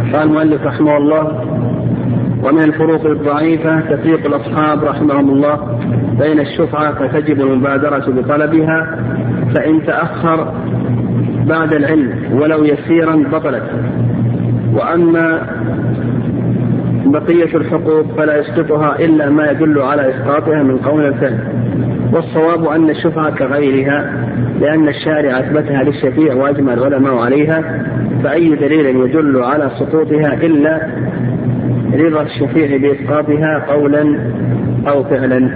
قال المؤلف رحمه الله: ومن الفروق الضعيفة تفريق الأصحاب رحمهم الله بين الشفعة فتجب المبادرة بطلبها، فإن تأخر بعد العلم ولو يسيرا بطلت. وأما بقية الحقوق فلا يسقطها إلا ما يدل على إسقاطها من قول الفعل. والصواب أن الشفعة كغيرها، لأن الشارع أثبتها للشفيع وأجمع العلماء عليها، فأي دليل يدل على سقوطها إلا رضا الشفيع بإسقاطها قولا أو فعلا.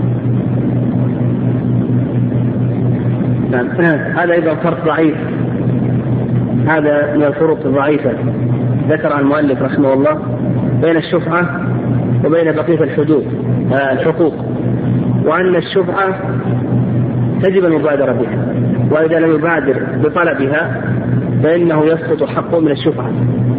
هذا أيضا فرق ضعيف، هذا من الفروق الضعيفة ذكر المؤلف رحمه الله بين الشفعة وبين بقية الحقوق، وأن الشفعة تجب المبادرة بها، وإذا لم يبادر بطلبها فإنه يسقط حقه من الشفعة.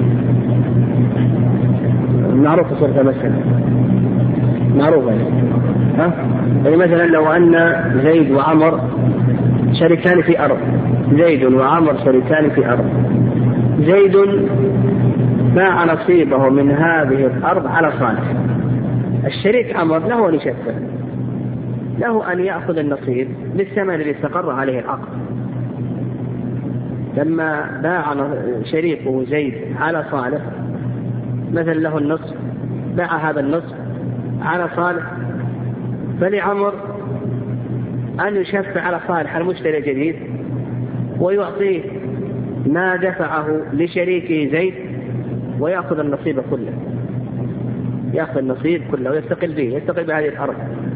معروفة صورة مثلا معروفة يعني مثلا لو أن زيد وعمر شريكان في أرض، زيد وعمر شريكان في أرض، زيد باع نصيبه من هذه الأرض على صالح، الشريك عمر له أن يشفع، له أن يأخذ النصيب بالثمن الذي استقر عليه العقد. لما باع شريكه زيد على صالح مثلا له النصف، باع هذا النصف على صالح، فلعمر أن يشفع على صالح المشتري الجديد ويعطيه ما دفعه لشريكه زيد ويأخذ النصيب كله، يأخذ النصيب كله ويستقل به، يستقل بهذه الأرض.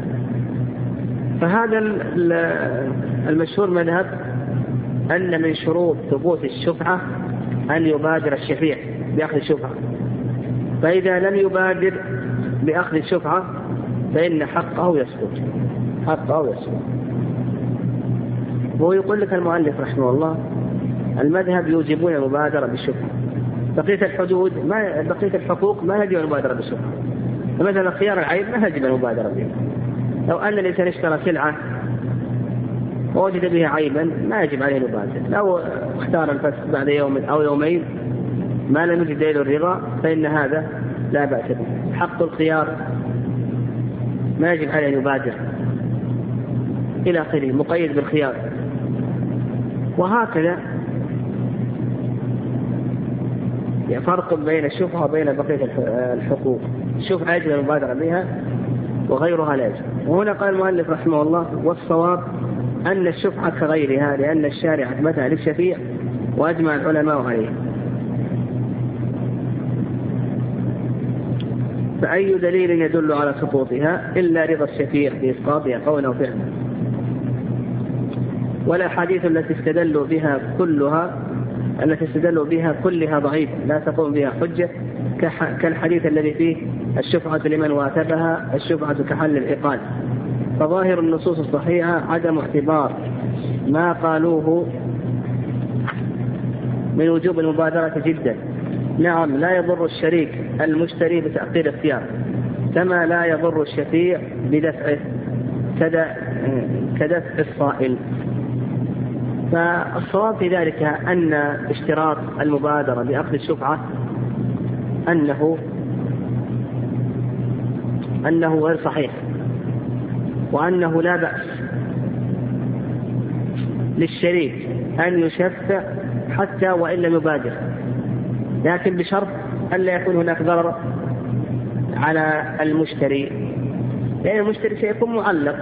فهذا المشهور مذهب أن من شروط ثبوت الشفعة أن يبادر الشفيع بأخذ الشفعة، فإذا لم يبادر بأخذ الشفعة فإن حقه يسقط. ويقول لك المؤلف رحمه الله المذهب يوجبون المبادرة بالشفعة، بقية الحقوق ما يجب المبادرة بالشفعة. فمثلا خيار العيب ما يجب المبادرة به، لو أن الإنسان اشترى سلعة ووجد بها عيبا ما يجب عليه المبادرة، لو اختار الفسخ بعد يوم أو يومين ما لم يجد دليل الرضا فإن هذا لا بأس به. حق الخيار ما يجب عليه أن يبادر إلى آخره، مقيد بالخيار. وهكذا فرق بين الشفعة وبين بقية الحقوق، الشفعة يجب المبادرة بها وغيرها لا يجب. وهنا قال المؤلف رحمه الله: والصواب أن الشفعة كغيرها، لأن الشارع أثبتها للشفيع وأجمع العلماء عليه، فأي دليل يدل على سقوطها إلا رضا الشفيع بإسقاطها قولا وفعلا. والأحاديث التي استدلوا بها كلها ضعيفة لا تقوم بها حجة، كالحديث الذي فيه الشفعة لمن واتبها الشفعة كحل العقال. فظاهر النصوص الصحيحة عدم اعتبار ما قالوه من وجوب المبادرة جدا. نعم، لا يضر الشريك المشتري بتأخير اختيار، كما لا يضر الشفيع بدفعه كدفع الصائل. فالصواب في ذلك أن اشتراط المبادرة بأخذ الشفعة أنه غير صحيح، وأنه لا بأس للشريك أن يشفع حتى وإن لم يبادر، لكن بشرط ألا يكون هناك ضرر على المشتري، لأن المشتري سيكون معلق،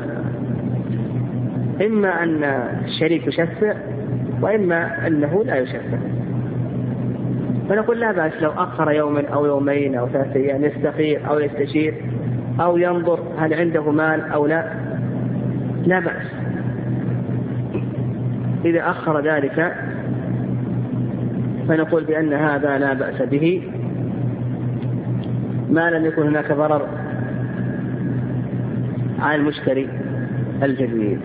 إما أن الشريك يشفع وإما أنه لا يشفع. فنقول لا بأس لو أخر يوما أو يومين أو 3 أيام يستخير أو يستشير أو ينظر هل عنده مال أو لا بأس. إذا أخر ذلك فنقول بأن هذا لا بأس به ما لم يكن هناك ضرر على المشتري الجديد.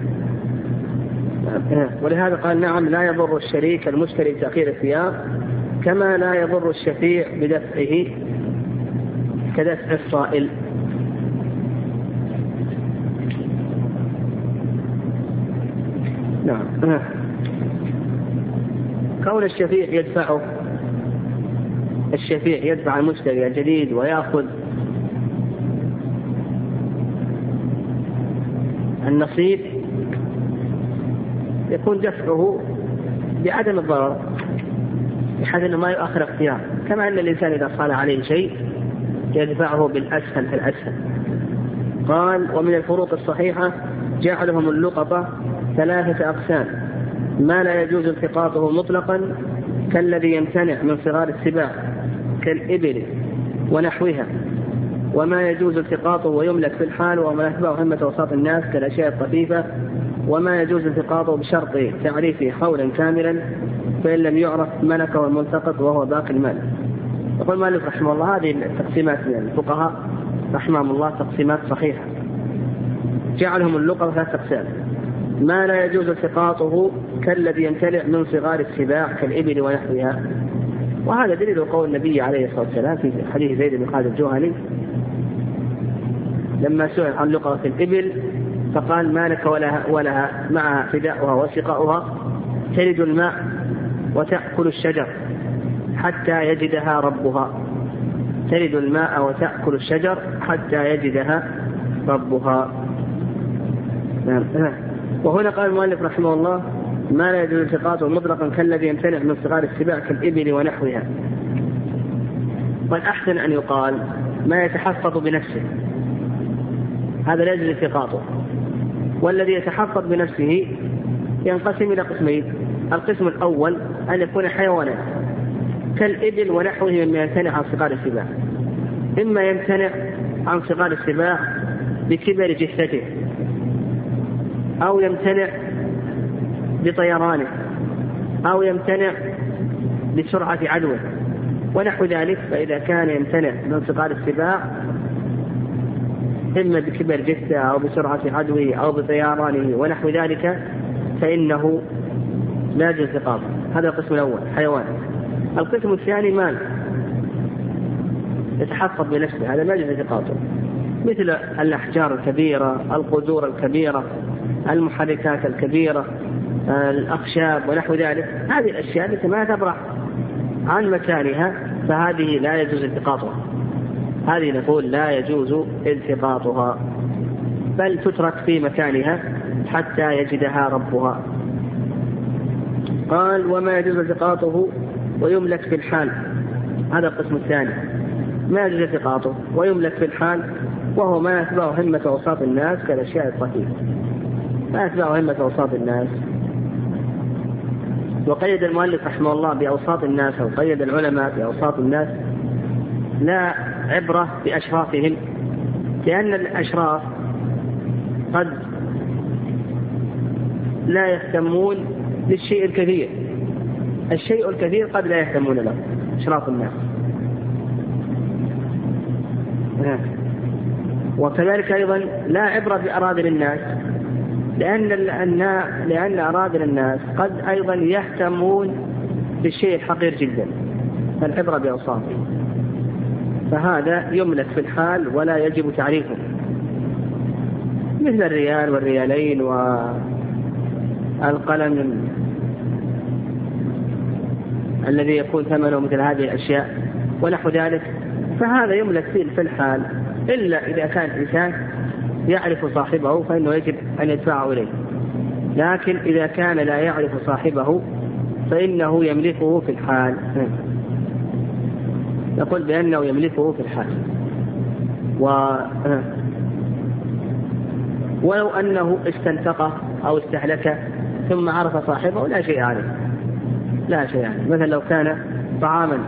ولهذا قال: نعم، لا يضر الشريك المشتري بتأخير الثياب، كما لا يضر الشفيع بدفعه كدفع الصائل. نعم، كون الشفيع يدفعه الشفيع يدفع المشتري الجديد ويأخذ النصيب يكون دفعه بعدم الضرر بحيث أنه ما يؤخر اختيار، كما أن الإنسان إذا صار عليه شيء يدفعه بالأسهل في الأسهل. قال ومن الفروق الصحيحة جعلهم اللقطة 3 أقسام: ما لا يجوز التقاطه مطلقا كالذي يمتنع من صغار السباع كالإبل ونحوها، وما يجوز التقاطه ويملك في الحال وما يتبع همة وساط الناس كالأشياء الطفيفة، وما يجوز التقاطه بشرط تعريفه حولا كاملا فإن لم يعرف ملكه الملتقط وهو باقي المال. يقول المؤلف رحمه الله هذه التقسيمات من الفقهاء رحمهم الله تقسيمات صحيحة. جعلهم اللقطة 3 أقسام: ما لا يجوز التقاطه كالذي يمتنع من صغار السباع كالإبل ونحوها، وهذا دليل قول النبي عليه الصلاة والسلام في حديث زيد بن خالد الجهني لما سئل عن لقطة الإبل فقال: ما لك ولها معها فداؤها وسقاؤها تلد الماء وتأكل الشجر حتى يجدها ربها. تلد الماء وتأكل الشجر حتى يجدها ربها. وهنا قال المؤلف رحمه الله: ما لا يجوز التقاطه مطلقا كالذي يمتنع من صغار السباع كالإبل ونحوها. والأحسن أن يقال ما يتحفظ بنفسه، هذا لا يجوز التقاطه. والذي يتحفظ بنفسه ينقسم إلى قسمين: القسم الأول أن يكون حيوانا كالإبل ونحوه مما يمتنع عن صغار السباع، إما يمتنع عن صغار السباع بكبر جثته، أو يمتنع بطيرانه، أو يمتنع بسرعة عدوه ونحو ذلك. فإذا كان يمتنع من صغار السباع إما بكبر جثته أو بسرعة عدوه أو بطيرانه ونحو ذلك فإنه لا يجوز التقاطه. هذا القسم الأول حيوان. القسم الثاني مال يتحفظ بنفسه، هذا لا يجوز التقاطه، مثل الأحجار الكبيرة، القدور الكبيرة، المحركات الكبيرة، الأخشاب ونحو ذلك. هذه الأشياء التي ما تبرح عن مكانها فهذه لا يجوز التقاطها، هذه نقول لا يجوز التقاطها بل تترك في مكانها حتى يجدها ربها. قال وما يجوز التقاطه ويملك في الحال، هذا القسم الثاني: ما يجوز التقاطه ويملك في الحال وهو ما يتبع همة وساط الناس كالأشياء الطفيفة. ما يتبع همة وساط الناس. وقيد المؤلف رحمه الله بأوساط الناس، أو قيد العلماء بأوساط الناس، لا عبرة بأشرافهم، لأن الأشراف قد لا يهتمون للشيء الكثير، الشيء الكثير قد لا يهتمون له أشراف الناس. وكذلك أيضا لا عبرة بأراذل الناس، لأن أراذل الناس قد أيضا يهتمون بالشيء الحقير جدا، فالعبرة بأوصافه. فهذا يملك في الحال ولا يجب تعريفه، مثل الريال والريالين والقلم الذي يكون ثمنه مثل هذه الأشياء ونحو ذلك، فهذا يملك في الحال، إلا إذا كان الإنسان يعرف صاحبه فإنه يجب أن يدفعه إليه. لكن إذا كان لا يعرف صاحبه فإنه يملكه في الحال، نقول بأنه يملكه في الحال. ولو أنه استنفقه أو استهلكه ثم عرف صاحبه لا شيء عليه، لا شيء عليه. مثلا لو كان طعاما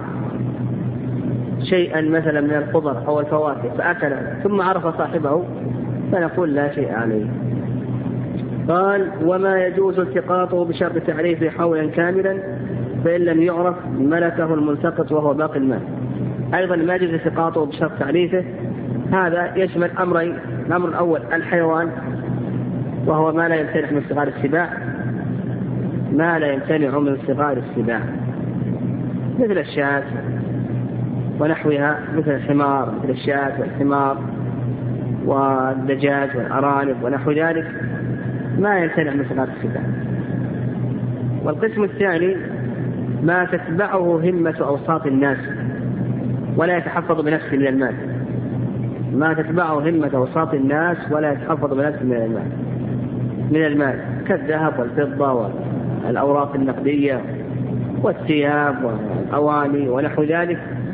شيئا مثلا من الخضر أو الفواكه فأكل ثم عرف صاحبه فنقول لا شيء عليه. قال وما يجوز التقاطه بشرط تعريفه حولا كاملا فإن لم يعرف ملكه الملتقط وهو باقي المال. أيضا ما يجوز التقاطه بشرط تعريفه، هذا يشمل أمرين: الأمر الأول الحيوان وهو ما لا يمتنع من صغار السباع، ما لا يمتنع من صغار السباع مثل الشاة ونحوها، مثل الحمار، مثل الشاة والحمار والدجاج والأرانب ونحو ذلك، ما يمتنع من صغار السباع. والقسم الثاني ما تتبعه همة أوساط الناس ولا يتحفظ بنفسه من المال، ما تتبعه همة وساط الناس ولا يتحفظ بنفسه من المال كالذهب والفضة والأوراق النقدية والثياب والأواني ونحو ذلك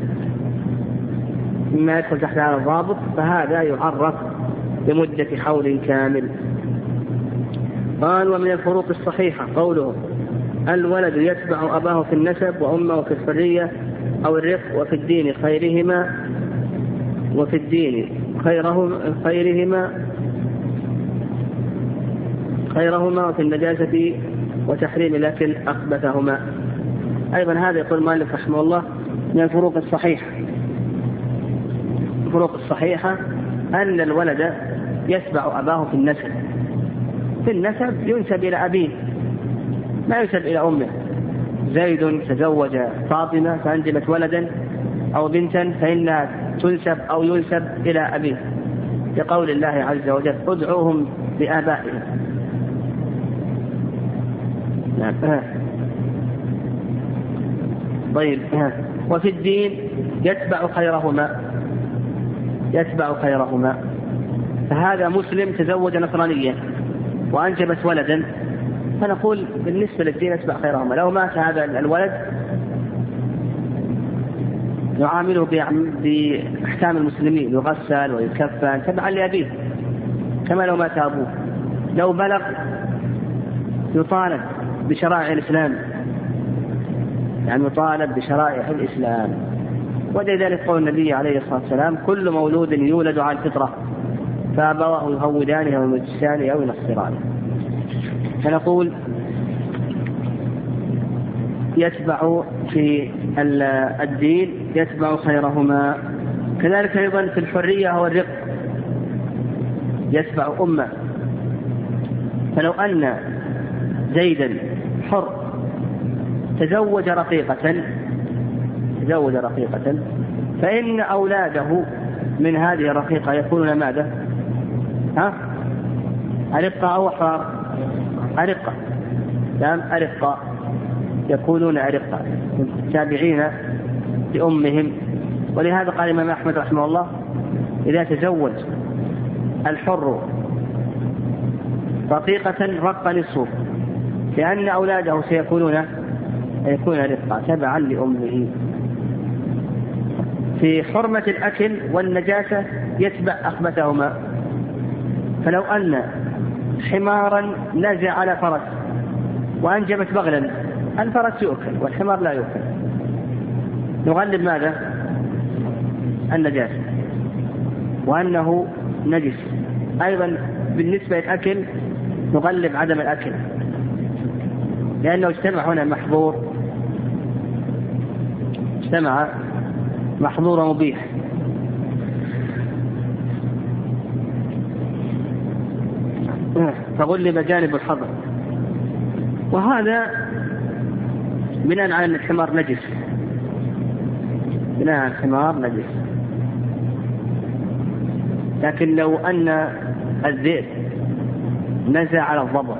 مما يدخل تحت هذا الضابط، فهذا يعرف بمدة حول كامل. قال: ومن الفروق الصحيحة قوله: الولد يتبع أباه في النسب وأمه في الحرية أو الرق، وفي الدين خيرهما وفي النجاسة وتحريم الأكل أخبثهما. أيضا هذا يقول المؤلف رحمه الله من الفروق الصحيحة أن الولد يتبع أباه في النسب ينسب إلى أبيه ما ينسب إلى أمه. زيد تزوج فاطمة فأنجبت ولدا أو بنتا فإنها تنسب أو ينسب إلى أبيه، لقول الله عز وجل: ادعوهم بآبائهم. طيب. وفي الدين يتبع خيرهما، فهذا مسلم تزوج نصرانية وأنجبت ولدا، فنقول بالنسبة للدين يتبع خيرهما. لو مات هذا الولد نعامله بأحكام المسلمين، يغسل ويكفن تبعا لأبيه كما لو مات أبوه. لو بلغ يطالب بشرائع الإسلام، ولذلك قول النبي عليه الصلاة والسلام: كل مولود يولد على الفطرة فأبواه يهودانه أو يمجسانه أو ينصرانه. فنقول يتبع في الدين يتبع خيرهما. كذلك أيضا في الحرية أو الرق يتبع أمه. فلو أن زيدا حر تزوج رقيقة فإن أولاده من هذه الرقيقة يكونون ماذا؟ أرقة أو أحرار؟ أرقة يكونون أرقة تابعين لأمهم. ولهذا قال الإمام أحمد رحمه الله: إذا تزوج الحر رقيقة رق نصفه، لأن أولاده سيكونون رقة تبعا لأمه. في حرمة الأكل والنجاسة يتبع أخبثهما. فلو أن حمارا نزع على فرس وأنجبت بغلا، الفرس يؤكل والحمار لا يؤكل، نغلب ماذا؟ النجاسة وأنه نجس. أيضا بالنسبة للأكل نغلب عدم الأكل، لأنه اجتمع هنا محظور ومبيح. فغلب جانب الحظر، وهذا بناء على أن الحمار نجس، لكن لو أن الذئب نزع على الضبع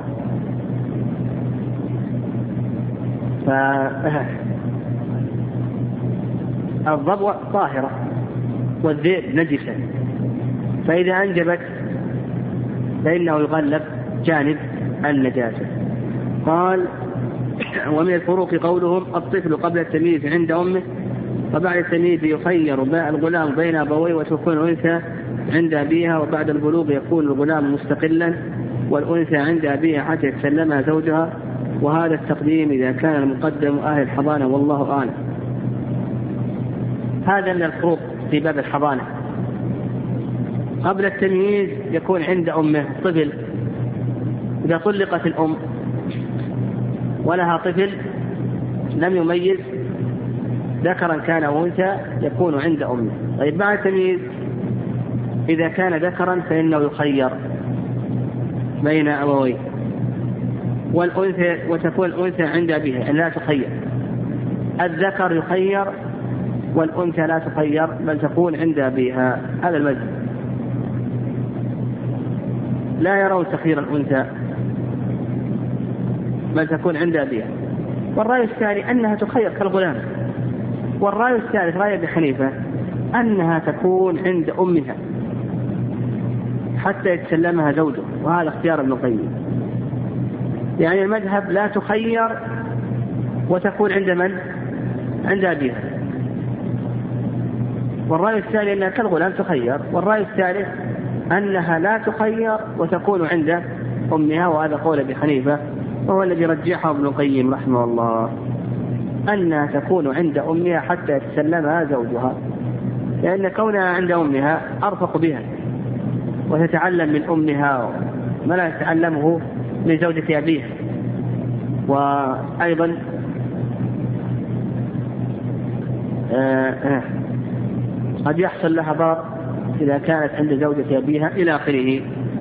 فالضبع طاهرة والذئب نجسا، فإذا أنجبت فإنه يغلب جانب النجاسة. قال: ومن الفروق قولهم: الطفل قبل التمييز عند أمه، وبعد التمييز يخير الغلام بين أبويه وتكون الأنثى عند أبيها، وبعد البلوغ يكون الغلام مستقلا والأنثى عند أبيها حتى يتسلمها زوجها، وهذا التقديم إذا كان المقدم أهل الحضانة والله أعلم. هذا من الفروق في باب الحضانة. قبل التمييز يكون عند أمه طفل، إذا طلقت الأم ولها طفل لم يميز ذكرا كان أو أنثى يكون عند أمه. طيب بعد التمييز إذا كان ذكرا فإنه يخير بين أبويه، والأنثى وتكون الأنثى عند أبيها، لا تخير. الذكر يخير والأنثى لا تخير بل تكون عند أبيها. هذا المذهب، لا يرون تخيير الأنثى بل تكون عند أبيها. والرأي الثاني أنها تخير كالغلام. والرأي الثالث رأي أبي حنيفة أنها تكون عند أمها حتى يتسلمها زوجه، وهذا اختيار ابن القيم. يعني المذهب لا تخير وتكون عند من؟ عند أبيها. والرأي الثاني أنها كالغلام تخير، والرأي الثالث أنها لا تخير وتكون عند أمها، وهذا قول أبي حنيفة وهو الذي رجحه ابن القيم رحمه الله، أنها تكون عند أمها حتى يتسلمها زوجها، لأن كونها عند أمها أرفق بها وتتعلم من أمها ما لا تتعلمه من زوجة أبيها. وأيضا قد يحصل لها ضرر إذا كانت عند زوجة أبيها إلى آخره.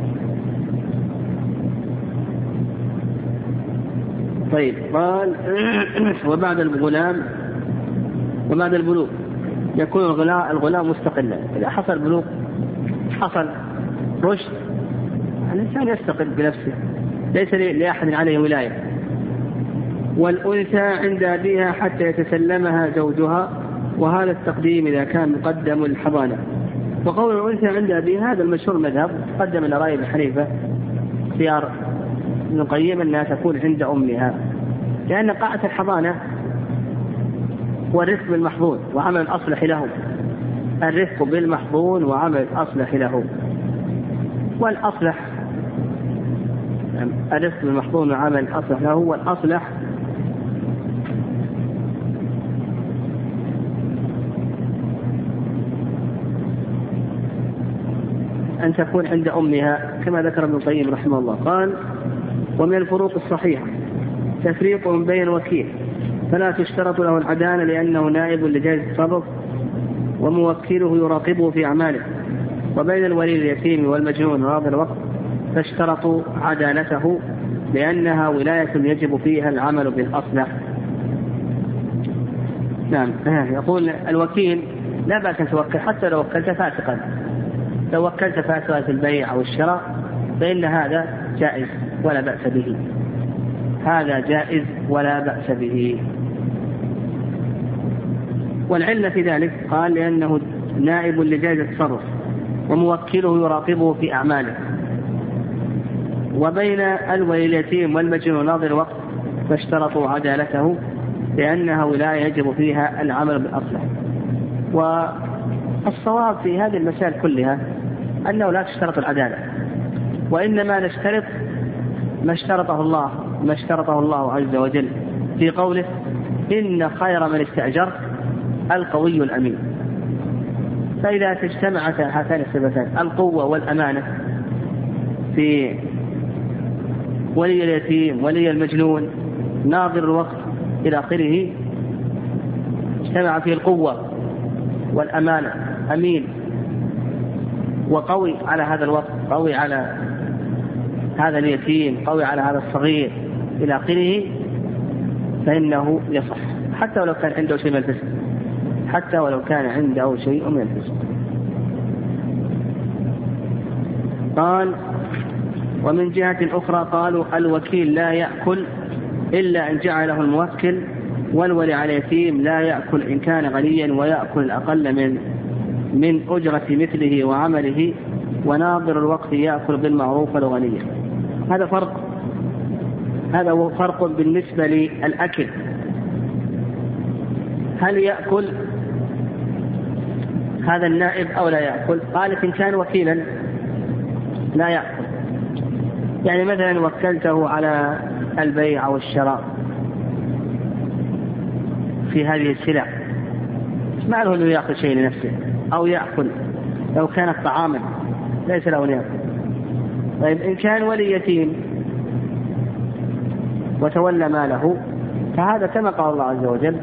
طيب قال وبعد الغلام وبعد البلوغ يكون الغلام مستقلا. إذا حصل بلوغ حصل رشد الإنسان يستقل بنفسه ليس لأحد عليه ولاية. والأنثى عند أبيها حتى يتسلمها زوجها، وهذا التقديم إذا كان مقدم الحضانة. وقول الأنثى عند أبيها هذا المشهور مذهب قدم إلى رأي ابن حنيفة اختيار ابن القيم أنها تكون عند أمها، لأن قاعدة الحضانة هو الرفق بالمحظون وعمل الأصلح له، الرفق بالمحظون وعمل الأصلح له. والأصلح الرفق بالمحظون وعمل الأصلح له، والأصلح أن تكون عند أمها كما ذكر ابن القيم رحمه الله. قال ومن الفروق الصحيحة تفريق بين الوكيل فلا تشترط له العدالة لأنه نائب لجائزة التصرف وموكله يراقبه في أعماله، وبين الولي اليتيم والمجنون وناظر الوقت فاشترطوا عدالته لأنها ولاية يجب فيها العمل بالأصلح. نعم. يقول الوكيل لا بأس أن توكل حتى لو وكلت فاسقا، لو وكلت فاسقا في البيع أو الشراء فإن هذا جائز ولا بأس به، هذا جائز ولا بأس به. والعلة في ذلك قال لأنه نائب لجائزة التصرف وموكله يراقبه في أعماله، وبين الولي اليتيم والمجنون وناظر الوقت فاشترطوا عدالته لأنها ولاية يجب فيها العمل بالأصلح. والصواب في هذه المسائل كلها أنه لا تشترط العدالة، وإنما نشترط ما اشترطه الله عز وجل في قوله إن خير من استأجرت القوي الأمين. فإذا تجتمعت هاتان الصفتان القوة والأمانة في ولي اليتيم ولي المجنون ناظر الوقت إلى آخره، اجتمع فيه القوة والأمانة، أمين وقوي على هذا الوقت، قوي على هذا اليتيم، قوي على هذا الصغير إلى آخره، فإنه يصح حتى ولو كان عنده شيء من الفسق، حتى ولو كان عنده شيء من الفسق. قال ومن جهة أخرى قالوا الوكيل لا يأكل إلا أن جعله الموكل، والولي على اليتيم لا يأكل إن كان غنيا ويأكل الأقل من أجرة مثله وعمله، وناظر الوقت يأكل بالمعروف ولو غنيا. هذا هو فرق بالنسبة للأكل. هل يأكل هذا النائب أو لا يأكل؟ قالت إن كان وكيلا لا يأكل، يعني مثلا وكلته على البيع أو الشراء في هذه السلع، ما له أنه يأكل شيء لنفسه أو يأكل لو كانت طعاما ليس له أن يأكل. طيب إن كان ولي يتيم وتولى ماله فهذا كما قال الله عز وجل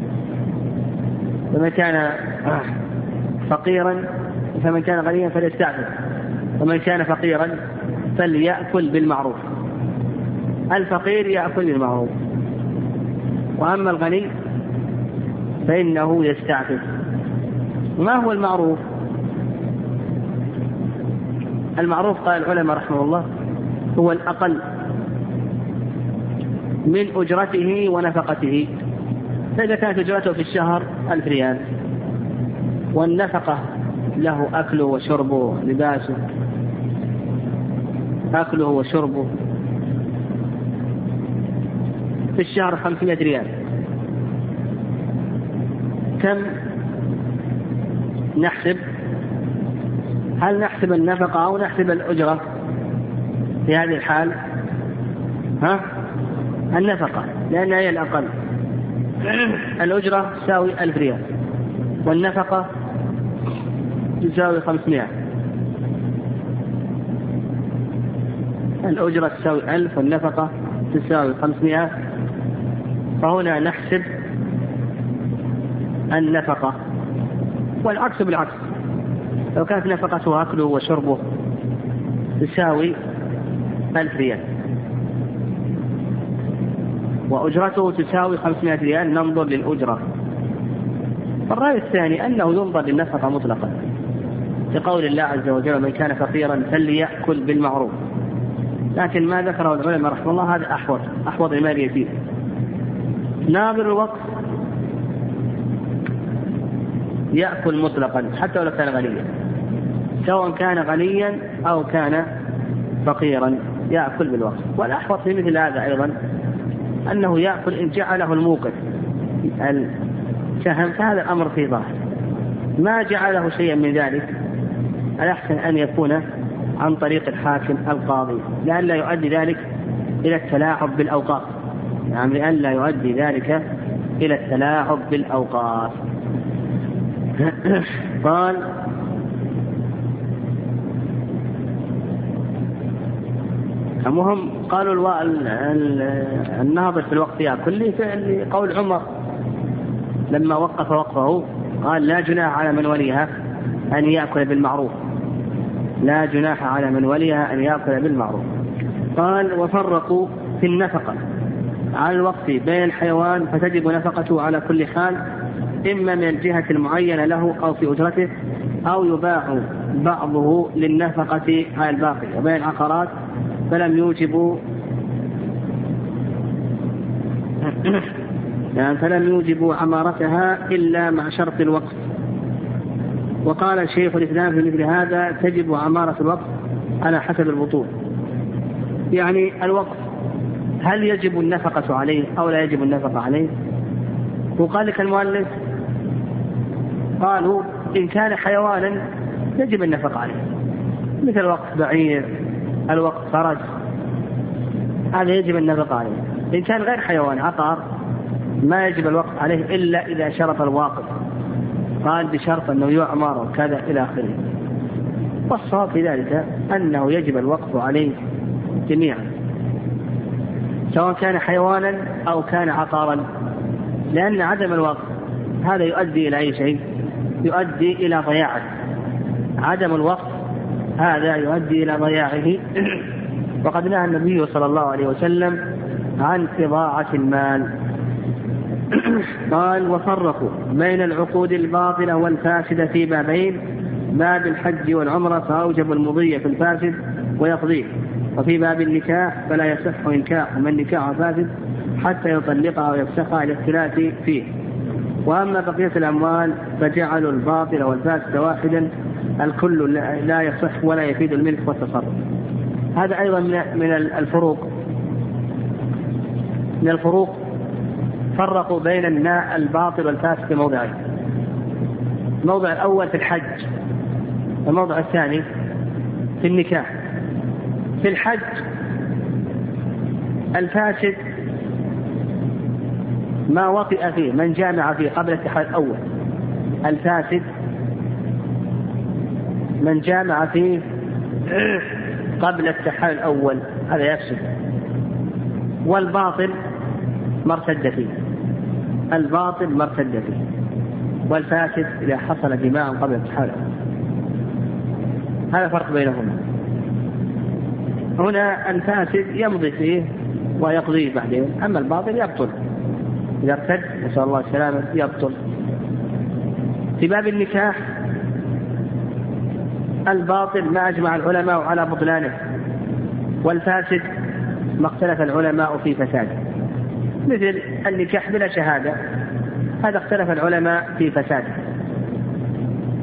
فمن كان فقيرا فمن كان غنيا فليستعفف ومن كان فقيرا فليأكل بالمعروف. الفقير يأكل بالمعروف، وأما الغني فإنه يستعفف. ما هو المعروف؟ المعروف قال العلماء رحمه الله هو الأقل من أجرته ونفقته. فإذا كانت أجرته في الشهر 1000 ريال والنفقة له أكله وشربه لباسه، أكله وشربه في الشهر 500 ريال. كم نحسب؟ هل نحسب النفقة أو نحسب الأجرة في هذه الحال؟ النفقة، لأنها هي الأقل. الأجرة تساوي 1000 ريال والنفقة تساوي 500. الأجرة تساوي 1000 والنفقة تساوي 500، فهنا نحسب النفقة. والعكس بالعكس، لو كانت نفقته أكله وشربه تساوي 1000 ريال وأجرته تساوي 500 ريال، ننظر للأجرة. الرأي الثاني أنه ينظر للنفقة مطلقا، لقول الله عز وجل: من كان فقيرا فليأكل بالمعروف. لكن ما ذكره العلماء رحمه الله هذا أحوط لما يفيد. ناظر الوقت يأكل مطلقا حتى لو كان غنيا، سواء كان غنيا أو كان فقيرا يأكل بالوقت. والأحوط في مثل هذا أيضا أنه يأكل إن جعله الموقف السهم، فهذا الأمر فيه ظاهر. ما جعله شيئا من ذلك الأحسن أن يكون عن طريق الحاكم القاضي، لأن لا يؤدي ذلك إلى التلاعب بالأوقات، يعني لأن لا يؤدي ذلك إلى التلاعب بالأوقات. قال: المهم قالوا الناظر في الوقت يأكل لقول عمر لما وقف وقفه قال: لا جناح على من وليها أن يأكل بالمعروف، لا جناح على من وليها أن يأكل بالمعروف. قال: وفرقوا في النفقة على الوقت بين الحيوان، فتجب نفقته على كل حال، إما من الجهة المعينة له أو في أجرته، أو يباع بعضه للنفقة على الباقي. وبين العقارات فلم يوجبوا عمارتها إلا مع شرط الوقت. وقال شيخ الإسلام في مثل هذا: تجب عمارة الوقت على حسب البطول، يعني الوقت هل يجب النفقة عليه أو لا يجب النفقة عليه. وقال لك المؤلف قالوا إن كان حيوانا يجب النفقة عليه، مثل الوقت بعير، الوقت فرج، هذا يجب النفقة عليه. إن كان غير حيوان عقار ما يجب الوقت عليه إلا إذا شرط الواقف، قال بشرط أنه يعمر وكذا إلى آخره. والصواب في ذلك أنه يجب الوقف عليه جميعا، سواء كان حيوانا أو كان عقارا، لأن عدم الوقف هذا يؤدي إلى أي شيء؟ يؤدي إلى ضياعه. عدم الوقف هذا يؤدي إلى ضياعه. وقد نهى النبي صلى الله عليه وسلم عن إضاعة المال. قال: وفرقوا بين العقود الباطلة والفاسدة في بابين: باب الحج والعمرة فأوجب المضي في الفاسد ويقضيه، وفي باب النكاح فلا يصح نكاح من نكاح فاسد حتى يطلقها ويفسخها الاختلاف فيه. وأما بقية الأموال فجعلوا الباطل والفاسد واحدا، الكل لا يصح ولا يفيد الملك والتصرف. هذا أيضا من الفروق. فرقوا بين الماء الباطل والفاسد في موضعين: الموضع الأول في الحج، والموضع الثاني في النكاح. في الحج الفاسد ما وطئ فيه من جامع فيه قبل التحلل الأول، الفاسد من جامع فيه قبل التحلل الأول، هذا يفسد. والباطل مرتد فيه، الباطل مرتد فيه، والفاسد إذا حصل جماع قبل التحلل. هذا فرق بينهما. هنا الفاسد يمضي فيه ويقضيه بعدين، أما الباطل يبطل إذا ارتد، نسأل الله السلامة، يبطل. في باب النكاح الباطل ما أجمع العلماء على بطلانه، والفاسد ما اختلف العلماء في فساده. مثل النكاح بلا شهادة، هذا اختلف العلماء في فساده.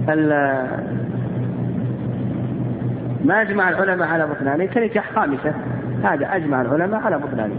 ما أجمع العلماء على بطلانه كنكاح خامسة، هذا أجمع العلماء على بطلانه.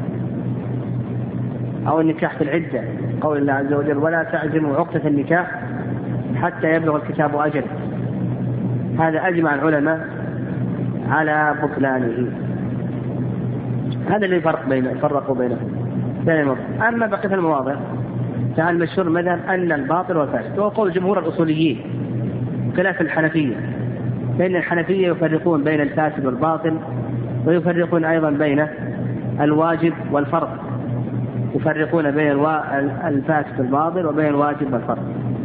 أو النكاح في العدة، قول الله عز وجل ولا تعزموا عقدة النكاح حتى يبلغ الكتاب أجله، هذا أجمع العلماء على بطلانه. هذا اللي فرقوا بينهم. أما بقية المواضع فالمشهور المذهب أن الباطل والفاسد، وقول جمهور الأصوليين خلاف الحنفية، فإن الحنفية يفرقون بين الفاسد والباطل، ويفرقون أيضا بين الواجب والفرض، يفرقون بين الفاسد والباطل وبين الواجب والفرض.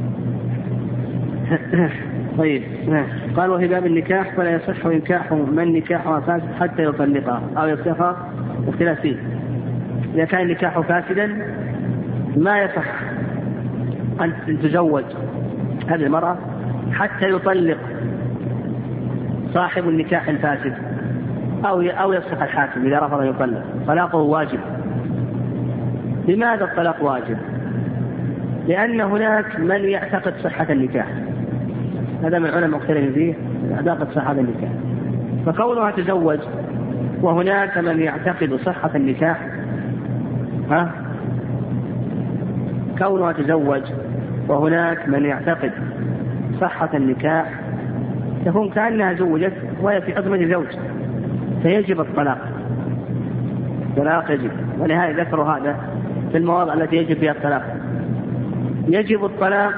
طيب، قال وفي باب النكاح فلا يصح إنكاح من نكاحها فاسد حتى يطلقها أو يفسخها، واختلاف فيه. إذا كان النكاح فاسدا ما يصح أن تزوج هذه المرأة حتى يطلق صاحب النكاح الفاسد أو يفسخ الحاكم إذا رفض يطلق، طلاقه واجب. لماذا الطلاق واجب؟ لأن هناك من يعتقد صحة النكاح، هذا من العلماء مختلفين فيه، يعتقد صحة النكاح، فكونها تزوج وهناك من يعتقد صحة النكاح، كونها تزوج وهناك من يعتقد صحة النكاح تكون كأنها زوجت وهي في عصمة زوج، فيجب الطلاق يجب. ولهذا ذكروا هذا في المواضع التي يجب فيها الطلاق. يجب الطلاق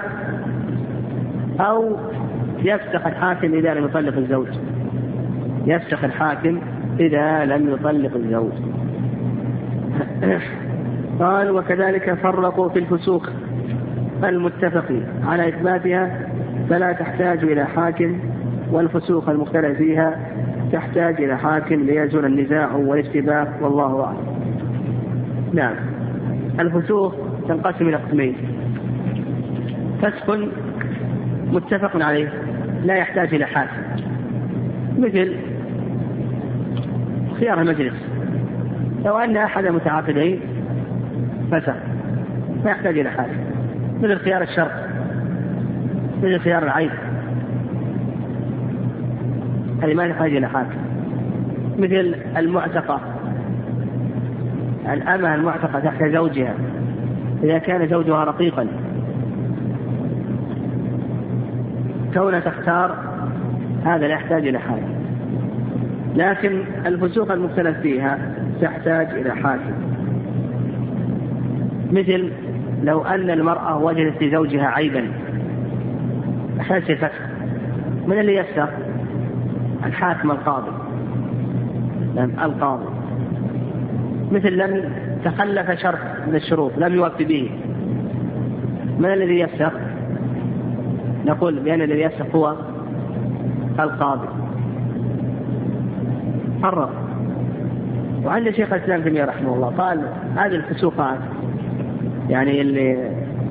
أو يفسخ الحاكم إذا لم يطلق الزوج، يفسخ الحاكم إذا لم يطلق الزوج. قال وكذلك فرقوا في الفسوق المتفق على إثباتها فلا تحتاج إلى حاكم، والفسوق المختلف فيها تحتاج إلى حاكم ليزول النزاع والاشتباه، والله أعلم. نعم، الفسوق تنقسم إلى قسمين: فسق متفق عليه لا يحتاج إلى حاكم، مثل خيار المجلس، لو أن أحد متعاقدين فسق ما يحتاج إلى حاكم، مثل خيار الشرط، مثل خيار العيب، هذه ما يحتاج إلى حاكم. مثل المعتقة، الأمة المعتقة تحت زوجها إذا كان زوجها رقيقا، كونها تختار هذا لا يحتاج إلى حاكم. لكن الفسوق المختلف فيها تحتاج إلى حاكم، مثل لو أن المرأة وجدت لزوجها عيبا تحتاج الفسخ، من اللي يفسخ؟ الحاكم القاضي. مثل لم تخلف شرط من الشروط لم يوفي به، من الذي يفسخ؟ نقول بأن الذي يفسخ هو القاضي. حرر. وعند شيخ الإسلام ابن تيمية رحمه الله قال هذه الفسوقات يعني اللي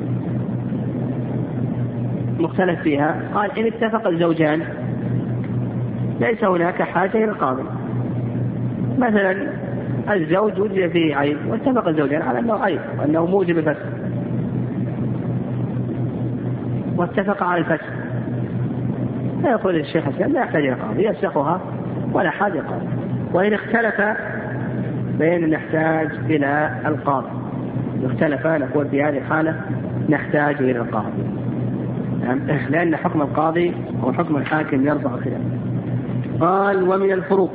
مختلف فيها، قال إن اتفق الزوجان ليس هناك حاجة إلى القاضي. مثلا الزوج وجد فيه عيب واتفق الزوجان على أنه عيب وأنه موجب الفسخ، واتفق على الفسخ، فيقول الشيخ الإسلام لا يحتاج إلى قاضي يفسخها ولا حاجة قاضي. وإن اختلف بين نحتاج إلى القاضي، اختلف نقول في هذه الحالة نحتاج إلى القاضي، لأن حكم القاضي وحكم الحاكم يرفع خلاف. قال ومن الفروق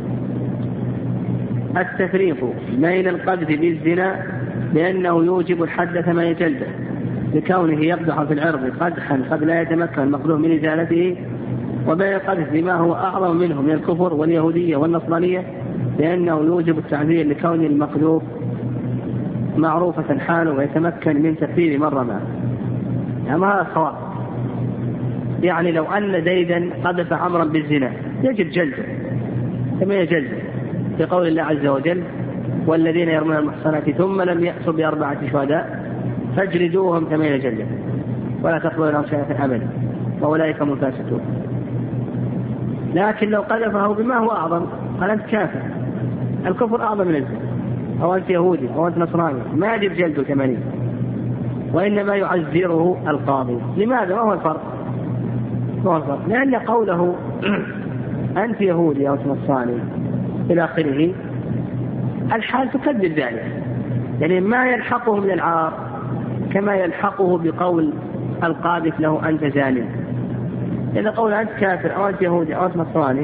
التفريق بين القذف بالزنا بأنه يوجب الحد 8 جلدة لكونه يقدح في العرض قدحا قد لا يتمكن المقذوف من إزالته، وبين القذف بما هو أعظم منه من الكفر واليهودية والنصرانية لأنه يوجب التعذير لكون المقذوف معروفة حاله ويتمكن من تكفير من رماه. يعني هذا الصواب، يعني لو أن زيدا قذف عمرا بالزنا يجب جلده 8 جلدة في قول الله عز وجل والذين يرمون المحصنات ثم لم يأتوا ب4 شهداء فاجلدوهم 8 جلدة ولا تقبلوا لهم شهادة أبدا وأولئك هم الفاسقون. لكن لو قذفه بما هو أعظم قال أنت كافر، الكفر أعظم من الزنا، أو أنت يهودي أو أنت نصراني، ما يجب جلده 80، وإنما يعذره القاضي. لماذا؟ ما هو الفرق؟ لأن قوله أنت يهودي أو نصراني إلى آخره الحال تكذب ذلك، يعني ما يلحقه من العار كما يلحقه بقول القاذف له أنت زاني. إذا قول أنت كافر أو أنت يهودي أو أنت نصراني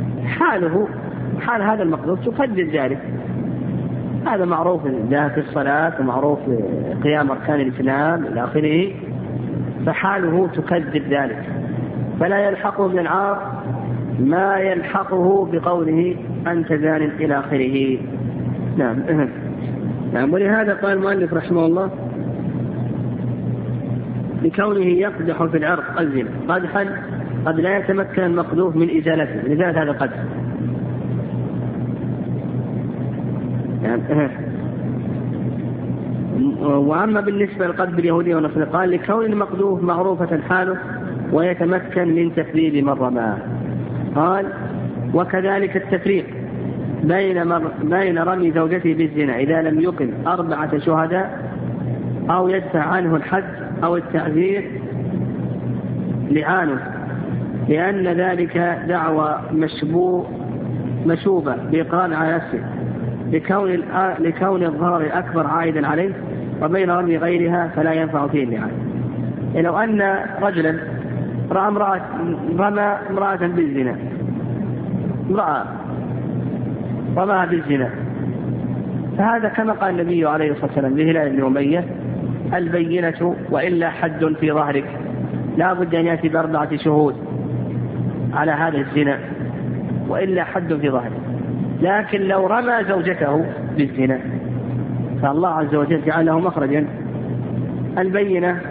حال هذا المقذوف تكذب ذلك. هذا معروف في الصلاة ومعروف قيام أركان الإسلام إلى آخره، فحاله تكذب ذلك، فلا يلحقه من العار ما يلحقه بقوله أنت زان إلى آخره. نعم. ولهذا قال المؤلف رحمه الله لكونه يقدح في العرق الزنا قدحا قد لا يتمكن المقذوف من إزالته، من إزالة هذا القدح. وأما بالنسبة للقذف اليهودي والنصراني قال لكون المقذوف معروفة حاله ويتمكن من تكذيب من رماه. قال وكذلك التفريق بين رمي زوجته بالزنا إذا لم يقم 4 شهداء أو يدفع عنه الحد أو التعذير لعانه، لأن ذلك دعوى مشوبة بإقرار على نفسه لكون الضرر الأكبر عائدا عليه، وبين رمي غيرها فلا ينفع فيه اللعان. لو أن رجلا رمى امرأة بالزنا، رماها بالزنا، فهذا كما قال النبي عليه الصلاة والسلام لهلال بن أمية البينة وإلا حد في ظهرك، لا بد أن يأتي ب4 شهود على هذا الزنا وإلا حد في ظهرك. لكن لو رمى زوجته بالزنا فالله عز وجل جعل له مخرجا، البينة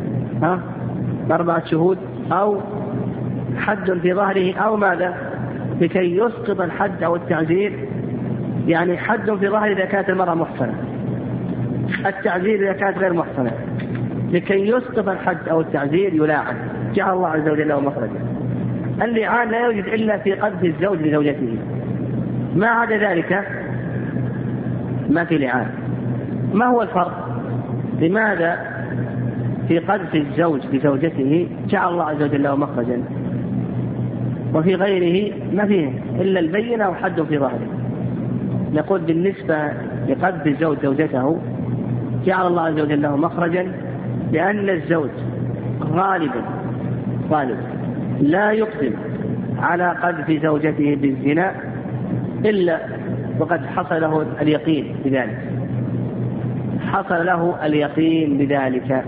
ب4 شهود أو حد في ظهره أو ماذا لكي يسقط الحد أو التعزير، يعني حد في ظهره إذا كانت المرأة محصنة، التعزير إذا كانت غير محصنة، لكي يسقط الحد أو التعزير يلاعن، جعل الله عز وجل له مخرجا. اللعان لا يوجد إلا في قذف الزوج لزوجته، ما عدا ذلك ما في لعان. ما هو الفرق؟ لماذا في قذف الزوج لزوجته جعل الله عز وجل له مخرجا وفي غيره ما فيه إلا البينة وحد في ظهره؟ نقول بالنسبة لقذف الزوج زوجته جعل الله عز وجل له مخرجا، لأن الزوج غالبا لا يقدم على قذف زوجته بالزنا إلا وقد حصل له اليقين بذلك،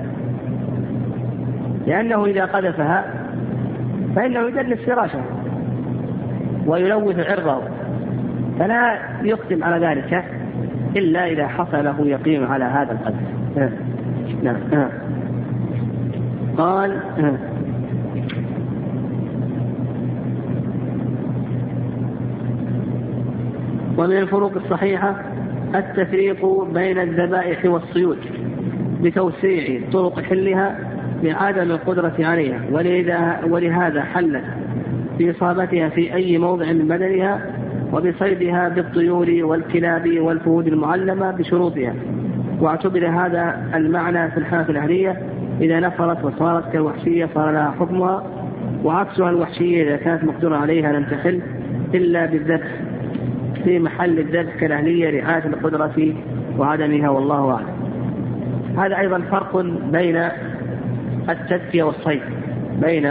لأنه إذا قذفها فإنه يدنس فراشه ويلوث عرضه، فلا يقدم على ذلك إلا إذا حصل له يقين على هذا القذف. قال ومن الفروق الصحيحة التفريق بين الذبائح والصيود بتوسيع طرق حلها بعدم القدرة عليها، ولهذا حلت بإصابتها في أي موضع من بدنها، وبصيدها بالطيور والكلاب والفهود المعلمة بشروطها. واعتبر هذا المعنى في الحالة الأهلية إذا نفرت وصارت كالوحشية صار لها حكمها، وعكسها الوحشية إذا كانت مقدورة عليها لم تحل إلا بالذبح في محل الذبح كالأهلية رعاية القدرة وعدمها، والله أعلم. هذا أيضا فرق بين التذكية والصيد، بين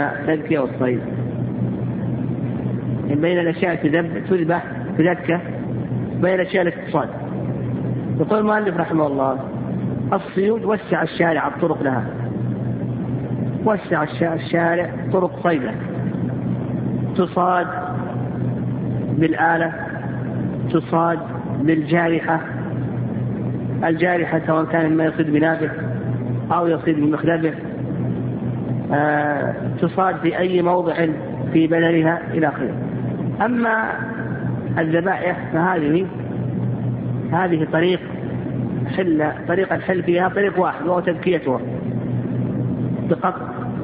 الأشياء تذبح تذكى، بين الأشياء الاقتصاد. يقول المؤلف رحمه الله الصيود وسع الشارع الطرق لها، وسع الشارع طرق صيدة، تصاد بالآلة، تصاد بالجارحة، الجارحة سواء كان ما يصيد بنابه أو يصيد بمخلبه، تصاد في أي موضع في بدنها إلى آخره. أما الذبائح فهذه طريق الحل فيها طريق واحد وهو تذكيتها بقطع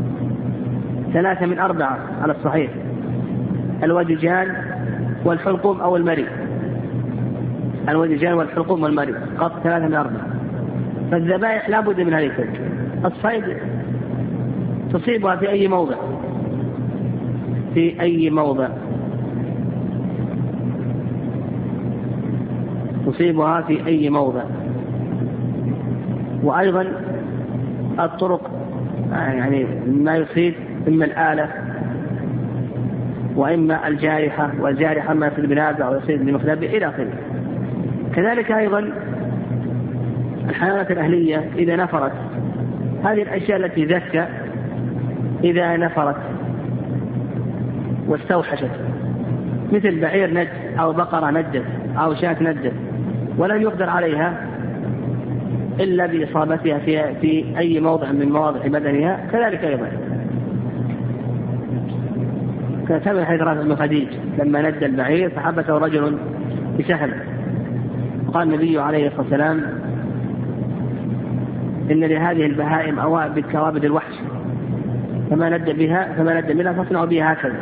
3 من 4 على الصحيح، الودجان والحلقوم أو المري، الودجان والحلقوم والمري قطع 3 من 4. فالذبائح لا بد من هذه التذكية. الصيد تصيبها في أي موضع في أي موضع، تصيبها في أي موضع. وأيضا الطرق يعني ما يصيب إما الآلة وإما الجارحة، والجارحة ما يصيب بنازع أو يصيب بمخلب إلى آخره. كذلك أيضا الحيوانات الأهلية إذا نفرت، هذه الأشياء التي ذكى إذا نفرت واستوحشت، مثل بعير نجس أو بقرة نجس أو شاة نجس ولم يقدر عليها إلا بإصابتها في أي موضع من مواضع بدنها، كذلك أيضا كما حديث رافع بن خديج لما نجى البعير فحبسه رجل بسهم، قال النبي عليه الصلاة والسلام إن لهذه البهائم أوابد كوابد الوحش، فما ندى منها فاصنعوا بها هكذا.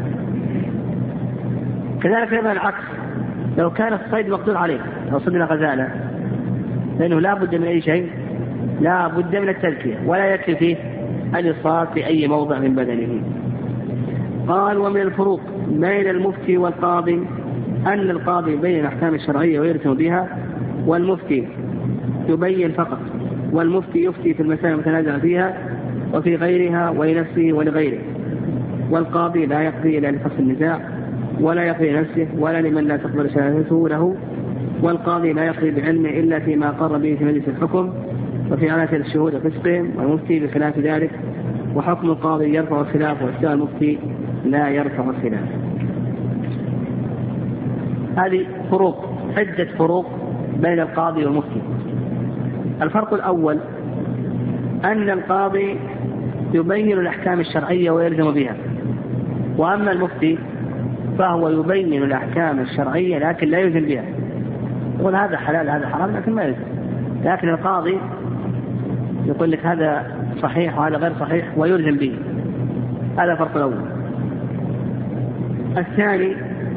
كذلك أيضا العكس، لو كان الصيد مقدور عليه أو صدنا غزالة، لأنه لا بد من أي شيء، لا بد من التذكية، ولا يكفي فيه أن يصاب في أي موضع من بدنه. قال ومن الفروق بين المفتي والقاضي أن القاضي يبين الأحكام الشرعية ويرسم بها، والمفتي يبين فقط، والمفتي يفتي في المسائل المتنازع فيها وفي غيرها ولنفسه ولغيره، والقاضي لا يقضي إلا لفصل النزاع ولا يقضي لنفسه ولا لمن لا تقبل شهادته له، والقاضي لا يقضي بعلمه إلا فيما قر به في مجلس الحكم وفي عناصر الشهود وفسقهم، والمفتي بخلاف ذلك، وحكم القاضي يرفع الخلاف وافتاء المفتي لا يرفع الخلاف. هذه فروق، عدة فروق بين القاضي والمفتي. الفرق الأول أن القاضي يبين الأحكام الشرعية ويلزم بها، وأما المفتي فهو يبين الأحكام الشرعية لكن لا يلزم بها، يقول هذا حلال هذا حرام لكن ما يلزم. لكن القاضي يقول لك هذا صحيح وهذا غير صحيح ويلزم به. هذا الفرق الأول. الثاني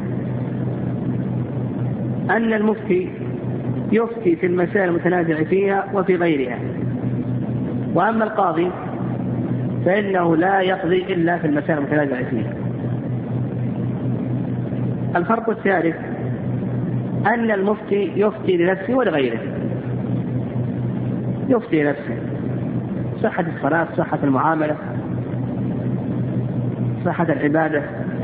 أن المفتي يفتي في المسائل المتنازع فيها وفي غيرها، وأما القاضي فإنه لا يقضي إلا في المسائل المتنازع فيها. الفرق الثالث أن المفتي يفتي لنفسه ولغيره، يفتي لنفسه صحة الصلاة، صحة المعاملة، صحة العبادة،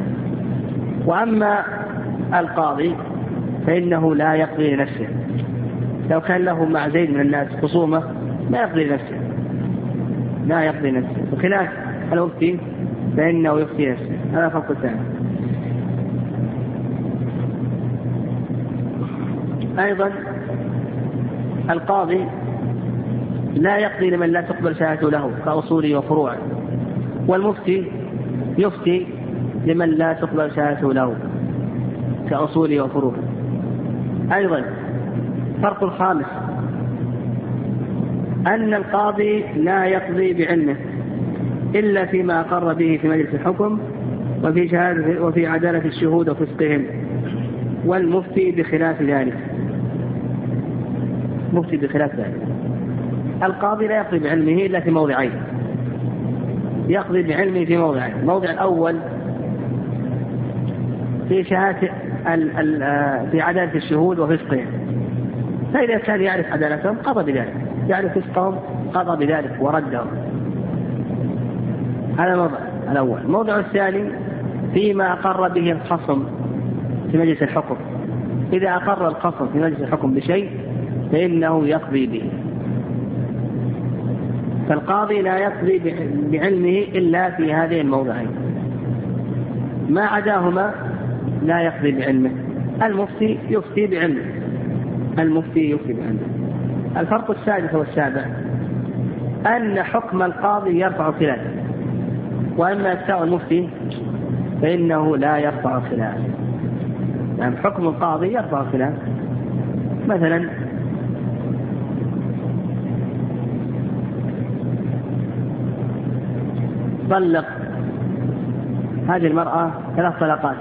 وأما القاضي فإنه لا يقضي لنفسه. لو كان له مع زيد من الناس خصومة لا يقضي لنفسه، لا يقضي نفسه، بخلاف المفتي فإنه يفتي نفسه. هذا فرق ثاني. أيضا القاضي لا يقضي لمن لا تقبل شهادته له كأصوله وفروعه، والمفتي يفتي لمن لا تقبل شهادته له كأصوله وفروعه. أيضا فرق الخامس أن القاضي لا يقضي بعلمه إلا فيما أقر به في مجلس الحكم وفي شهادة وفي عدالة الشهود وفسقهم، والمفتي بخلاف ذلك. مفتي بخلاف ذلك. القاضي لا يقضي بعلمه إلا في موضعين، يقضي بعلمه في موضعين. الموضع الأول في شهادة في عدالة الشهود وفسقهم، فإذا كان يعرف عدالتهم قضى بذلك، يعرف فسقهم قضى بذلك وردهم. هذا الموضع الأول. الموضع الثاني فيما أقر به الخصم في مجلس الحكم، إذا أقر الخصم في مجلس الحكم بشيء فإنه يقضي به. فالقاضي لا يقضي بعلمه إلا في هذين الموضعين، ما عداهما لا يقضي بعلمه. المفتي يفتي بعلمه، المفتي يفتي بعلمه. الفرق السادس والسابع أن حكم القاضي يرفع خلاف، وأما إفتاء المفتي فإنه لا يرفع خلاف. يعني حكم القاضي يرفع خلاف. مثلا طلق هذه المرأة 3 طلقات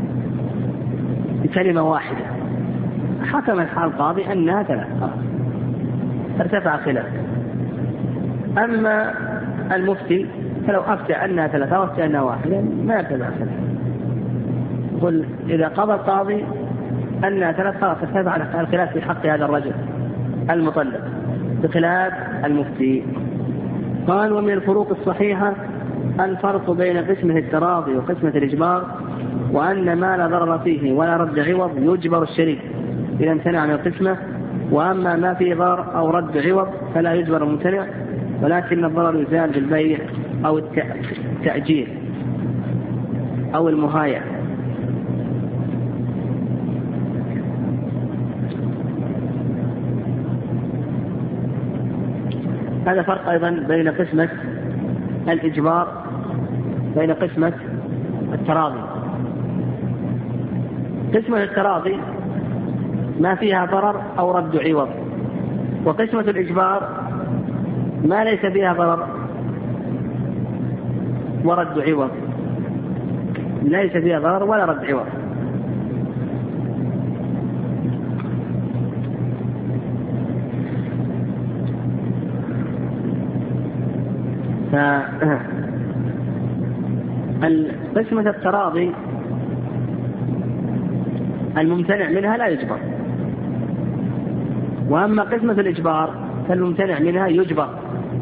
بكلمة واحدة، حكم القاضي أنها 3، ارتفع خلاف. أما المفتي فلو أفتى أنها 3 أو أفتى أنها 1 ما يبتدع سنة. يقول إذا قضى القاضي أنها 3 خلاص ارتفع الخلاف في حق هذا الرجل المطلق بخلاف المفتي. قال ومن الفروق الصحيحة الفرق بين قسمة التراضي وقسمة الإجبار، وأن ما لا ضرر فيه ولا رد عوض يجبر الشريك إذا امتنع من القسمة، وأما ما فيه ضرر أو رد عوض فلا يجبر الممتنع، ولكن الضرر يزال بالبيع أو التأجير أو المهاية. هذا فرق أيضا بين قسمة الإجبار بين قسمة التراضي. قسمة التراضي ما فيها ضرر أو رد عوض، وقسمة الإجبار ما ليس فيها ضرر ورد عوض، ليس فيها ضرر ولا رد عوض. قسمة التراضي الممتنع منها لا يجبر، وأما قسمة الإجبار فالممتنع منها يجبر.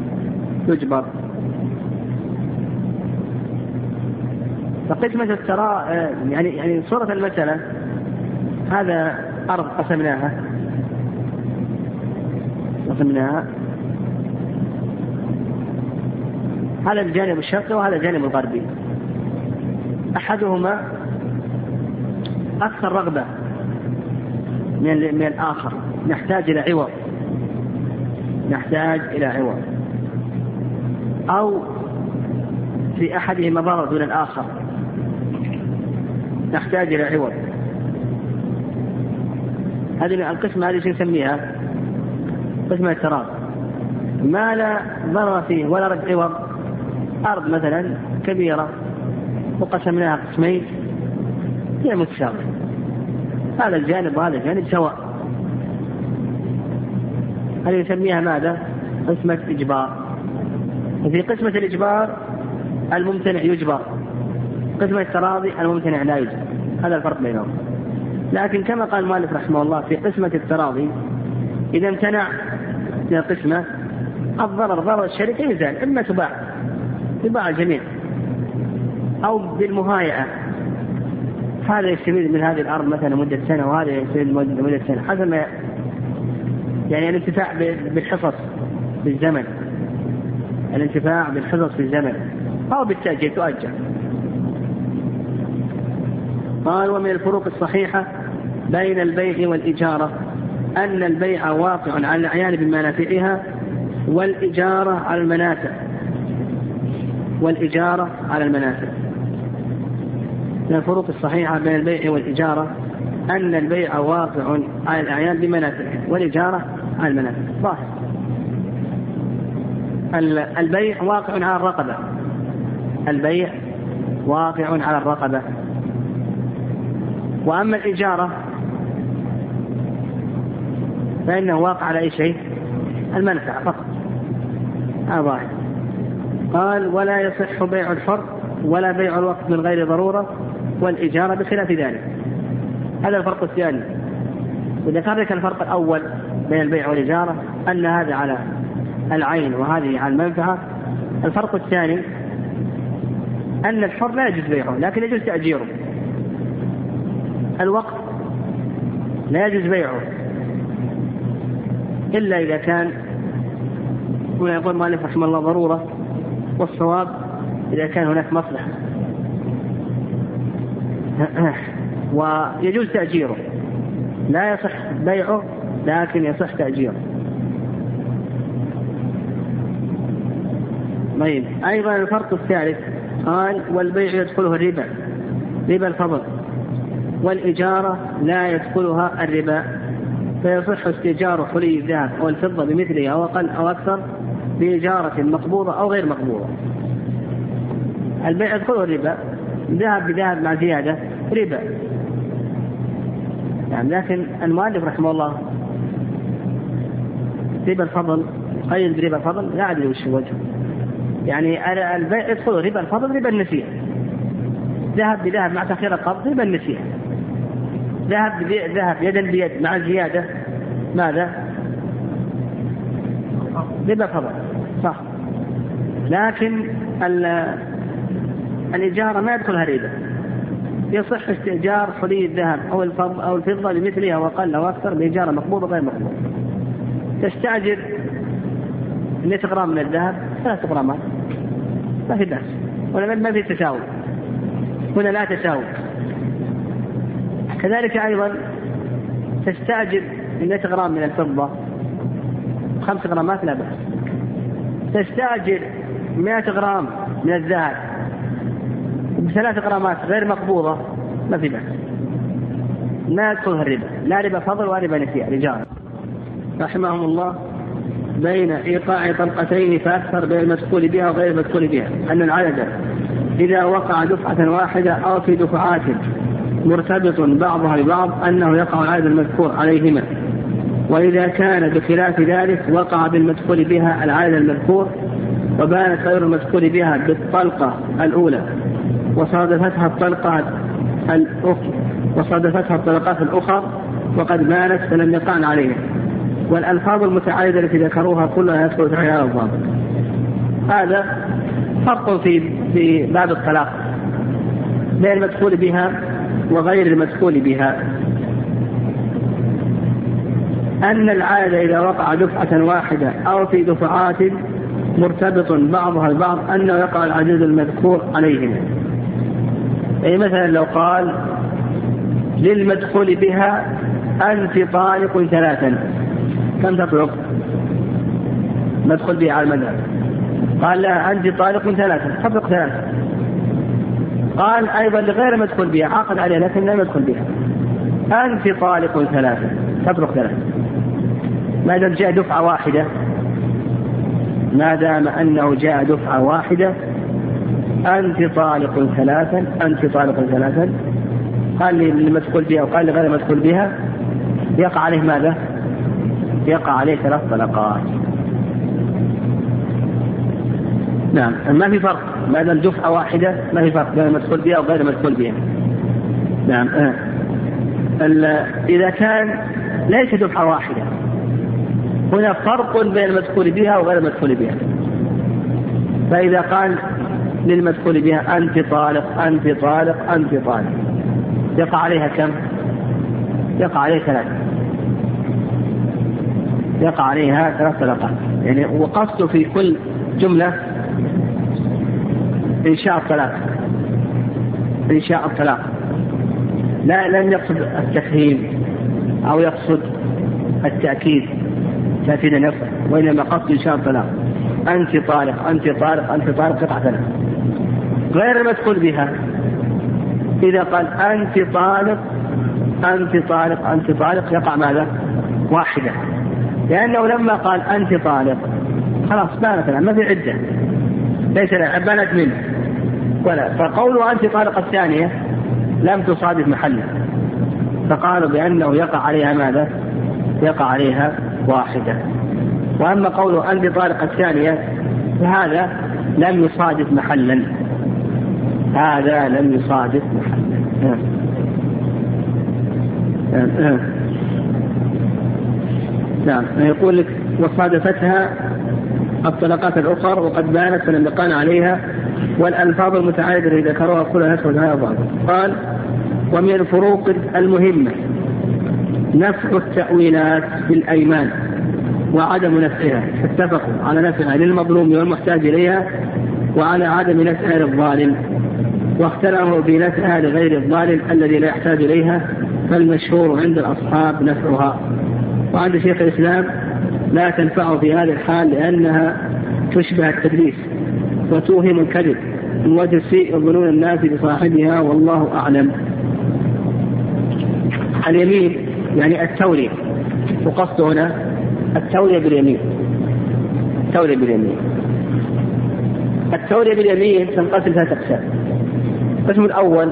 فقسمة يعني صورة المسألة، هذا أرض قسمناها هذا الجانب الشرقي وهذا الجانب الغربي، أحدهما أكثر رغبة من الآخر، نحتاج إلى عوض، أو في أحدهما ضرر دون الآخر نحتاج إلى عوض. هذه القسمة هذه نسميها قسمة التراضي. ما لا ضرر فيه ولا رد عوض، أرض مثلا كبيرة وقسمناها قسمين هي متساوية، هذا الجانب وهذا الجانب سواء، هذه نسميها ماذا؟ قسمة إجبار. وفي قسمة الإجبار الممتنع يجبر، قسمة التراضي الممتنع لا يجبر، هذا الفرق بينهم. لكن كما قال المؤلف رحمه الله في قسمة التراضي إذا امتنع من القسمة ضرر الشركة يزال، إما تباع الجميع أو بالمهايئة، هذا يستفيد من هذه الأرض مثلا مدة سنة وهذا يستفيد مدة سنة، حسب يعني الانتفاع بالحصص بالزمن، الانتفاع بالحصص في الزمن أو بالتأجيل تؤجل. قال ومن الفروق الصحيحة بين البيع والإجارة أن البيع واقع على الأعيان بمنافعها والإجارة على المنافع. من الفروق الصحيحة بين البيع والإجارة أن البيع واقع على الأعيان بمنافعها والإجارة على المنافع. ظاهر البيع واقع على الرقبة، وأما الإجارة فإنه واقع على أي شيء؟ المنفعة فقط. ظاهر. قال ولا يصح بيع الحر ولا بيع الوقت من غير ضرورة والإجارة بخلاف ذلك. هذا الفرق الثاني. وذكرت الفرق الأول بين البيع والإجارة أن هذا على العين وهذه على المنفعة. الفرق الثاني أن الحر لا يجوز بيعه لكن يجوز تأجيره. الوقت لا يجوز بيعه إلا إذا كان ويقول مالك رحمه الله ضرورة، والصواب إذا كان هناك مصلحة. ويجوز تأجيره، لا يصح بيعه لكن يصح تأجيره. طيب أيضا الفرق الثالث قال والبيع يدخله الربا، ربا الفضل، والإجارة لا يدخلها الربا، فيصح استئجار حلي الذهب أو الفضة بمثله أو أقل أو أكثر بإجارة مقبوضة أو غير مقبوضة. البيع يدخله الربا، ذهب بذهب مع زيادة ربا يعني. لكن المؤلف رحمه الله ربا الفضل قيد بربا الفضل لا أدري وش وجهه، يعني البيع يدخل ربا الفضل ربا النسيئة، ذهب بذهب مع تأخير القبض ربا النسيئة، ذهب يدا بيد مع زيادة ماذا؟ ربا فضل، صح. لكن الإجارة ما يدخلها ربا، يصح استئجار حلي الذهب أو الفضة لمثلها وقل أو أكثر بإجارة مقبوضة غير مقبوضة. تستأجر 100 غرام من الذهب 3 غرامات ما في بأس، ولا ما في تساوي، هنا لا تساوي. كذلك أيضا تستأجر 100 غرام من الفضة 5 غرامات لا بأس. تستأجر 100 غرام من الذهب ب3 غرامات غير مقبوضة ما في بأس، ما يدخلها الربا، لا ربا فضل ولا ربا نسيئة. رجال رحمهم الله بين إيقاع طلقتين فأكثر بين المدخول بها وغير المدخول بها أن العدد إذا وقع دفعة واحدة أو في دفعات مرتبط بعضها ببعض أنه يقع العدد المذكور عليهما، وإذا كان بخلاف ذلك وقع بالمدخول بها العدد المذكور وبانت غير المدخول بها بالطلقة الأولى وصادفتها الطلقات الأخرى وقد بانت فلم يقعن عليها. والألفاظ المتعايدة التي ذكروها كلها يدخل تحت هذا الضابط. هذا فرق في باب الطلاق بين المدخول بها وغير المدخول بها، أن العادة إذا وقع دفعة واحدة أو في دفعات مرتبط بعضها البعض أنه يقع العدد المذكور عليهما. أي مثلا لو قال للمدخول بها أنت طالق 3 كم تطلق؟ مدخل بها على المذهب قال لها أنت طالق 3 تطلق 3. قال أيضا لغير مدخول بها عقد عليها لكن لا مدخل بها أنت طالق 3 تطلق 3. ما دام جاء دفعة واحدة، ما دام أنه جاء دفعة واحدة أنت طالق 3 أنت طالق 3 قال لي المدخول بها وقال لي غير مدخول بها يقع عليه ماذا؟ يقع عليه 3 طلقات. نعم، ما في فرق ما دام دفعة واحدة، ما في فرق بين المدخول بها وغير مدخول بها. نعم. إذا كان ليس دفعة واحدة هنا فرق بين المدخول بها وغير المدخول بها. فإذا قال للمدخول بها أنت طالق أنت طالق أنت طالق يقع عليها كم؟ يقع عليها 3، يقع عليها 3 طلقات. يعني وقصده في كل جملة إنشاء الطلاق، إنشاء الطلاق، لم يقصد التفهيم أو يقصد التأكيد تأكيدا نفسه، وإنما قصد إنشاء الطلاق. أنت طالق أنت طالق أنت طالق قطعة 3. غير المدخول بها إذا قال أنت طالق أنت طالق أنت طالق يقع ماذا؟ 1، لأنه لما قال أنت طالق خلاص بانت ما في عدة، ليس بانت منه ولا. فقوله أنت طالق الثانية لم تصادف محله، فقالوا بأنه يقع عليها ماذا؟ يقع عليها 1. وأما قوله أنت طالق الثانية فهذا لم يصادف محلا، هذا لم يصادف محلا. نعم. يقول لك وصادفتها الطلقات الأخرى وقد بانت فلم يقعن عليها. والألفاظ المتعايدة التي ذكروها كلها يدخل هذا الضابط. قال ومن الفروق المهمة نفع التأويلات بالأيمان وعدم نفعها، اتفقوا على نفعها للمظلوم والمحتاج إليها وعلى عدم نفعها للظالم، واختلفوا بنفعها لغير الظالم الذي لا يحتاج إليها، فالمشهور عند الأصحاب نفعها، وعند شيخ الإسلام لا تنفع في هذا الحال لأنها تشبه التدليس وتوهم الكذب من وجه السيء يظنون الناس بصاحبها والله أعلم. اليمين يعني التولية، وقصد هنا التولية باليمين. التولية باليمين، التولية باليمين تنقسم 3 أقسام. القسم الأول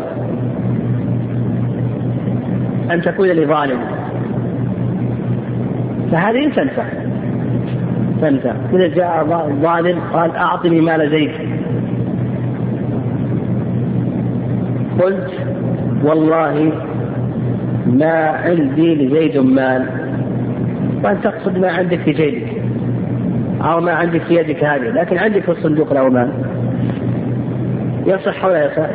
أن تكون لظالم، فهذه تنفع تنفع. إذا جاء ظالم قال أعطني مال زيد، قلت والله ما عندي لزيد مال، وأنت تقصد ما عندك في جيبك أو ما عندك في يدك هذه، لكن عندك في الصندوق له مال، يصح ولا يصح؟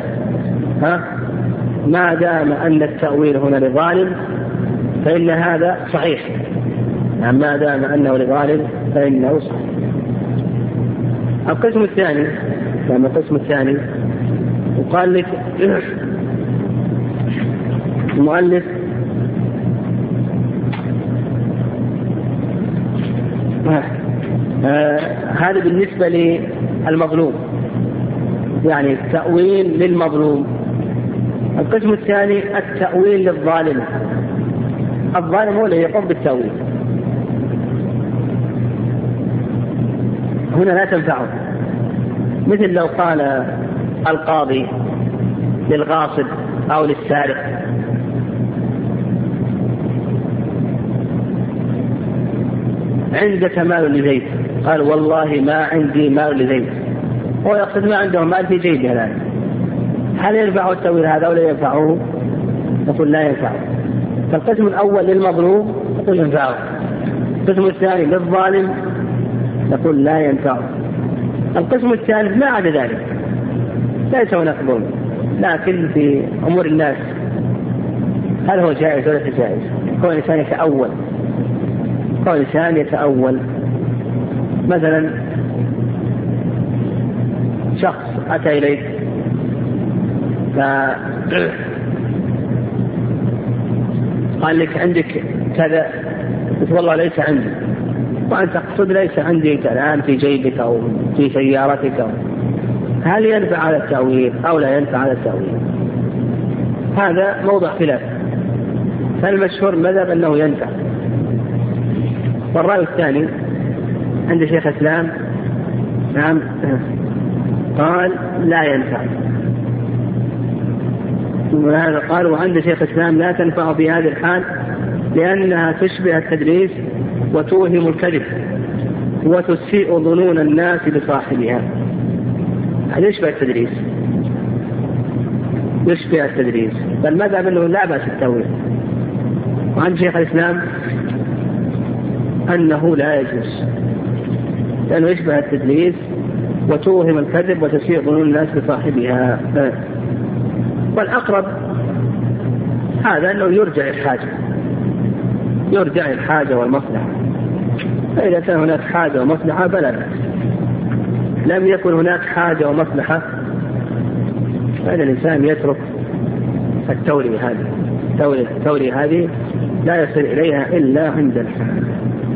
ما دام أن التأويل هنا لظالم فإن هذا صحيح، ما دام أنه لظالم فإنه صحيح. القسم الثاني، لما القسم الثاني وقال لك المؤلف هذا بالنسبة للمظلوم، يعني التأويل للمظلوم. القسم الثاني التأويل للظالم، الظالم هو الذي يقوم بالتأويل، هنا لا تنفعه. مثل لو قال القاضي للغاصب أو للسارق عندك مال لزيد، قال والله ما عندي مال لزيد، هو يقصد ما عنده مال في جيبه الآن، هل ينفعه التأويل هذا أو لا ينفعه؟ نقول لا ينفعه. فالقسم الأول للمظلوم نقول ينفعه، القسم الثاني للظالم نقول لا ينفعه. القسم الثالث ما عدا ذلك ليس هناك ظلم، لكن في أمور الناس هل هو جائز ولا جائز؟ كون الإنسان يتأول، كون الإنسان يتأول، مثلا شخص أتى إليك قال لك عندك كذا، قلت والله ليس عندي، وأنت تقصد ليس عندي الآن في جيبك أو في سيارتك، هل ينفع على التأويل أو لا ينفع على التأويل؟ هذا موضع خلاف، فالمشهور مذهب أنه ينفع. والرأي الثاني عند شيخ الإسلام نعم قال لا ينفع، وهذا قال وعند شيخ الإسلام لا تنفع في هذه الحال لأنها تشبه التدريس وتوهم الكذب وتسيء ظنون الناس بصاحبها. هذا يشبه التدريس، يشبه التدريس، فالمذهب أنه لا بأس التأويل. وعند شيخ الإسلام أنه لا يجوز لأنه يشبه التدليس وتوهم الكذب وتسيء ظنون الناس بصاحبها. والأقرب هذا أنه يرجع الحاجة، يرجع الحاجة والمصلحة، فإذا كان هناك حاجة ومصلحة فلا بأس. لم يكن هناك حاجة ومصلحة فإن الإنسان يترك التورية هذه، التورية هذه لا يصل إليها إلا عند الحاجة.